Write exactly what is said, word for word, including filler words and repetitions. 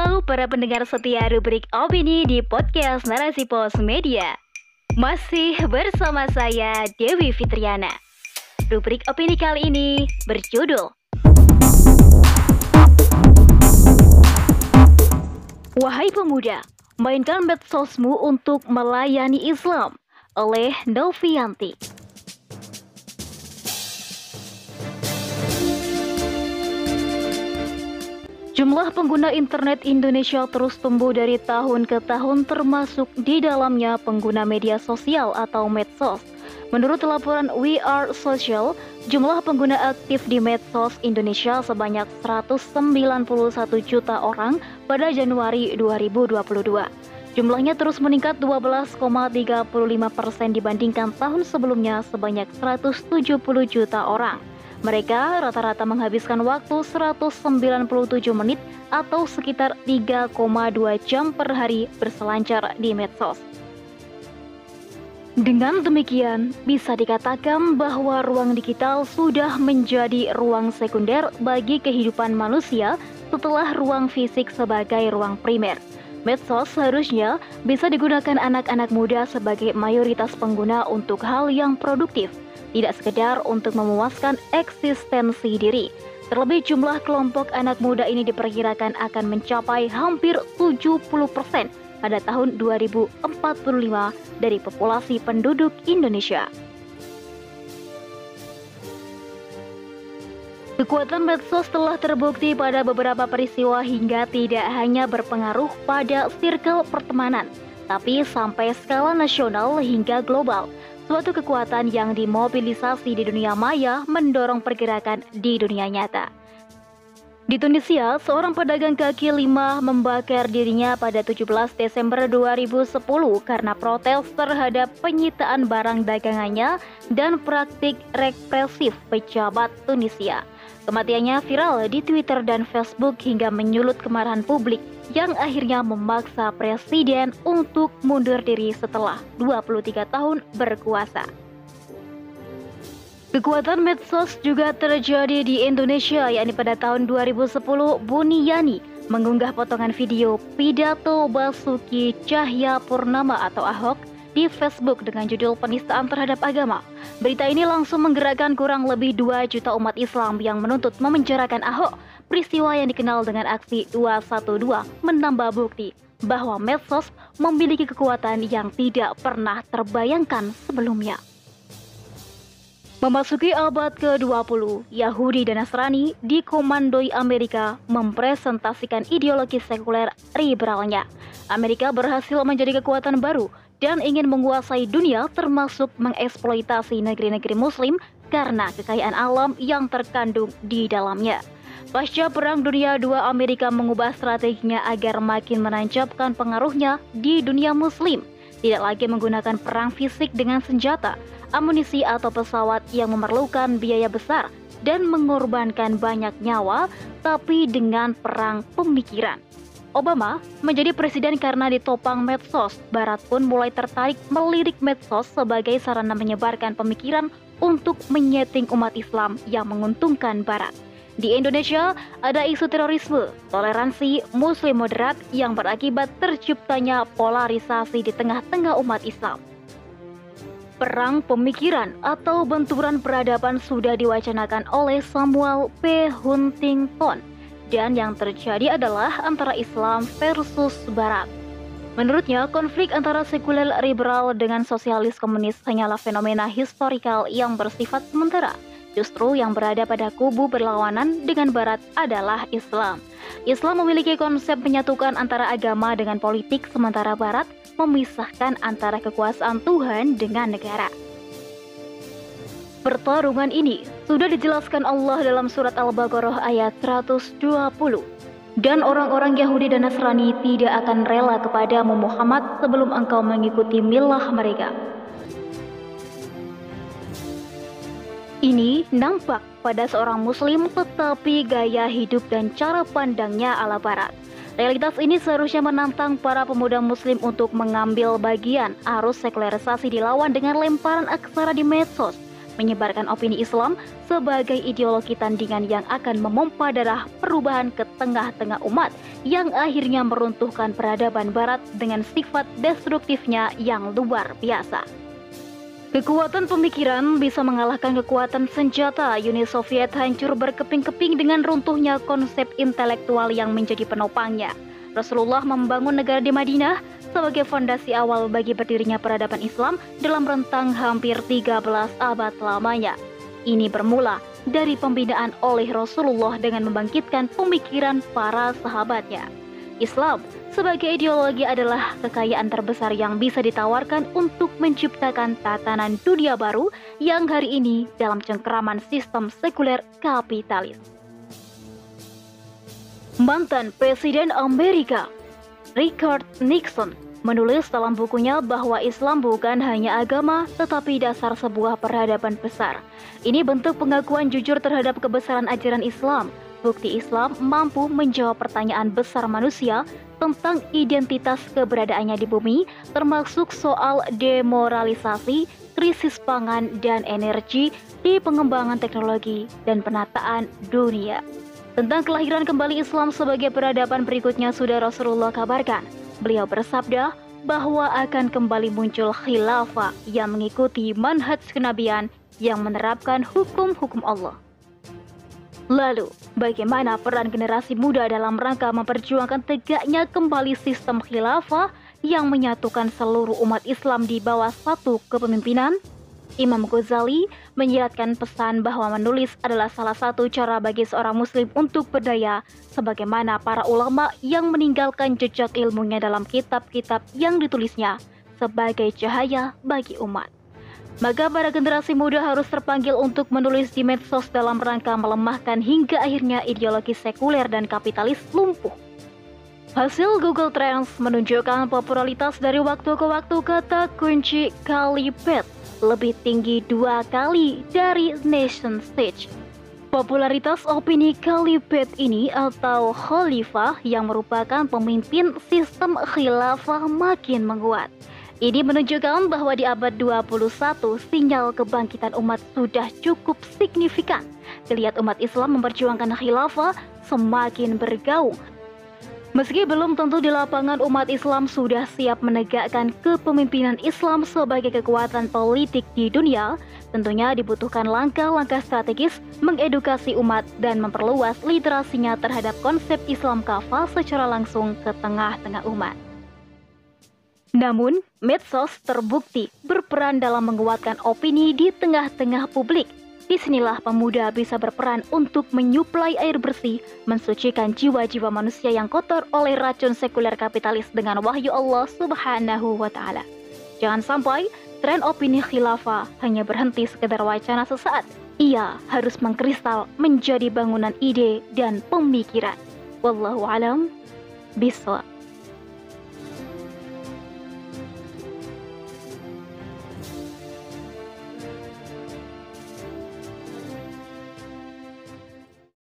Halo para pendengar setia rubrik opini di podcast Narasi Pos Media. Masih bersama saya Dewi Fitriana. Rubrik opini kali ini berjudul Wahai pemuda, mainkan medsosmu untuk melayani Islam oleh Novianti. Jumlah pengguna internet Indonesia terus tumbuh dari tahun ke tahun, termasuk di dalamnya pengguna media sosial atau medsos. Menurut laporan We Are Social, jumlah pengguna aktif di medsos Indonesia sebanyak seratus sembilan puluh satu juta orang pada Januari dua ribu dua puluh dua. Jumlahnya terus meningkat dua belas koma tiga lima persen dibandingkan tahun sebelumnya sebanyak seratus tujuh puluh juta orang. Mereka rata-rata menghabiskan waktu seratus sembilan puluh tujuh menit atau sekitar tiga koma dua jam per hari berselancar di medsos. Dengan demikian, bisa dikatakan bahwa ruang digital sudah menjadi ruang sekunder bagi kehidupan manusia setelah ruang fisik sebagai ruang primer. Medsos seharusnya bisa digunakan anak-anak muda sebagai mayoritas pengguna untuk hal yang produktif, tidak sekedar untuk memuaskan eksistensi diri. Terlebih jumlah kelompok anak muda ini diperkirakan akan mencapai hampir tujuh puluh persen pada tahun dua ribu empat puluh lima dari populasi penduduk Indonesia. Kekuatan medsos telah terbukti pada beberapa peristiwa hingga tidak hanya berpengaruh pada sirkel pertemanan, tapi sampai skala nasional hingga global. Suatu kekuatan yang dimobilisasi di dunia maya mendorong pergerakan di dunia nyata. Di Tunisia, seorang pedagang kaki lima membakar dirinya pada tujuh belas Desember dua ribu sepuluh karena protes terhadap penyitaan barang dagangannya dan praktik represif pejabat Tunisia. Kematiannya viral di Twitter dan Facebook hingga menyulut kemarahan publik yang akhirnya memaksa presiden untuk mundur diri setelah dua puluh tiga tahun berkuasa. Kekuatan medsos juga terjadi di Indonesia, yakni pada tahun dua ribu sepuluh Buniyani mengunggah potongan video pidato Basuki Cahayapurnama atau Ahok di Facebook dengan judul penistaan terhadap agama. Berita ini langsung menggerakkan kurang lebih dua juta umat Islam yang menuntut memenjarakan Ahok. Peristiwa yang dikenal dengan aksi dua satu dua menambah bukti bahwa medsos memiliki kekuatan yang tidak pernah terbayangkan sebelumnya. Memasuki abad ke dua puluh, Yahudi dan Nasrani dikomandoi Amerika mempresentasikan ideologi sekuler liberalnya. Amerika berhasil menjadi kekuatan baru dan ingin menguasai dunia, termasuk mengeksploitasi negeri-negeri Muslim karena kekayaan alam yang terkandung di dalamnya. Pasca Perang Dunia kedua, Amerika mengubah strateginya agar makin menancapkan pengaruhnya di dunia Muslim. Tidak lagi menggunakan perang fisik dengan senjata, amunisi atau pesawat yang memerlukan biaya besar dan mengorbankan banyak nyawa, tapi dengan perang pemikiran. Obama menjadi presiden karena ditopang medsos. Barat pun mulai tertarik melirik medsos sebagai sarana menyebarkan pemikiran untuk menyeting umat Islam yang menguntungkan Barat. Di Indonesia, ada isu terorisme, toleransi Muslim moderat yang berakibat terciptanya polarisasi di tengah-tengah umat Islam. Perang pemikiran atau benturan peradaban sudah diwacanakan oleh Samuel P. Huntington, dan yang terjadi adalah antara Islam versus Barat. Menurutnya, konflik antara sekuler liberal dengan sosialis komunis hanyalah fenomena historikal yang bersifat sementara. Justru yang berada pada kubu berlawanan dengan Barat adalah Islam. Islam memiliki konsep menyatukan antara agama dengan politik, sementara Barat memisahkan antara kekuasaan Tuhan dengan negara. Pertarungan ini sudah dijelaskan Allah dalam surat Al-Baqarah ayat seratus dua puluh. Dan orang-orang Yahudi dan Nasrani tidak akan rela kepadamu Muhammad sebelum engkau mengikuti milah mereka. Ini nampak pada seorang Muslim, tetapi gaya hidup dan cara pandangnya ala Barat. Realitas ini seharusnya menantang para pemuda Muslim untuk mengambil bagian. Arus sekularisasi dilawan dengan lemparan aksara di medsos, menyebarkan opini Islam sebagai ideologi tandingan yang akan memompa darah perubahan ke tengah-tengah umat yang akhirnya meruntuhkan peradaban Barat dengan sifat destruktifnya yang luar biasa. Kekuatan pemikiran bisa mengalahkan kekuatan senjata. Uni Soviet hancur berkeping-keping dengan runtuhnya konsep intelektual yang menjadi penopangnya. Rasulullah membangun negara di Madinah sebagai fondasi awal bagi berdirinya peradaban Islam dalam rentang hampir tiga belas abad lamanya. Ini bermula dari pembinaan oleh Rasulullah dengan membangkitkan pemikiran para sahabatnya. Islam sebagai ideologi adalah kekayaan terbesar yang bisa ditawarkan untuk menciptakan tatanan dunia baru yang hari ini dalam cengkeraman sistem sekuler kapitalis. Mantan Presiden Amerika Richard Nixon menulis dalam bukunya bahwa Islam bukan hanya agama tetapi dasar sebuah peradaban besar. Ini bentuk pengakuan jujur terhadap kebesaran ajaran Islam. Bukti Islam mampu menjawab pertanyaan besar manusia tentang identitas keberadaannya di bumi, termasuk soal demoralisasi, krisis pangan dan energi di pengembangan teknologi dan penataan dunia. Tentang kelahiran kembali Islam sebagai peradaban berikutnya sudah Rasulullah kabarkan. Beliau bersabda bahwa akan kembali muncul khilafah yang mengikuti manhaj kenabian yang menerapkan hukum-hukum Allah. Lalu, bagaimana peran generasi muda dalam rangka memperjuangkan tegaknya kembali sistem khilafah yang menyatukan seluruh umat Islam di bawah satu kepemimpinan? Imam Ghazali menyiratkan pesan bahwa menulis adalah salah satu cara bagi seorang muslim untuk berdaya, sebagaimana para ulama yang meninggalkan jejak ilmunya dalam kitab-kitab yang ditulisnya sebagai cahaya bagi umat. Maka para generasi muda harus terpanggil untuk menulis di medsos dalam rangka melemahkan hingga akhirnya ideologi sekuler dan kapitalis lumpuh. Hasil Google Trends menunjukkan popularitas dari waktu ke waktu kata kunci Caliphate lebih tinggi dua kali dari nation state. Popularitas opini Caliphate ini atau khalifah yang merupakan pemimpin sistem khilafah makin menguat. Ini menunjukkan bahwa di abad dua puluh satu sinyal kebangkitan umat sudah cukup signifikan. Geliat umat Islam memperjuangkan khilafah semakin bergaung. Meski belum tentu di lapangan umat Islam sudah siap menegakkan kepemimpinan Islam sebagai kekuatan politik di dunia, tentunya dibutuhkan langkah-langkah strategis mengedukasi umat dan memperluas literasinya terhadap konsep Islam kafah secara langsung ke tengah-tengah umat. Namun, medsos terbukti berperan dalam menguatkan opini di tengah-tengah publik. Disinilah pemuda bisa berperan untuk menyuplai air bersih, mensucikan jiwa-jiwa manusia yang kotor oleh racun sekuler kapitalis dengan wahyu Allah Subhanahu wa Ta'ala. Jangan sampai tren opini khilafah hanya berhenti sekedar wacana sesaat. Ia harus mengkristal menjadi bangunan ide dan pemikiran. Wallahu alam bishawab.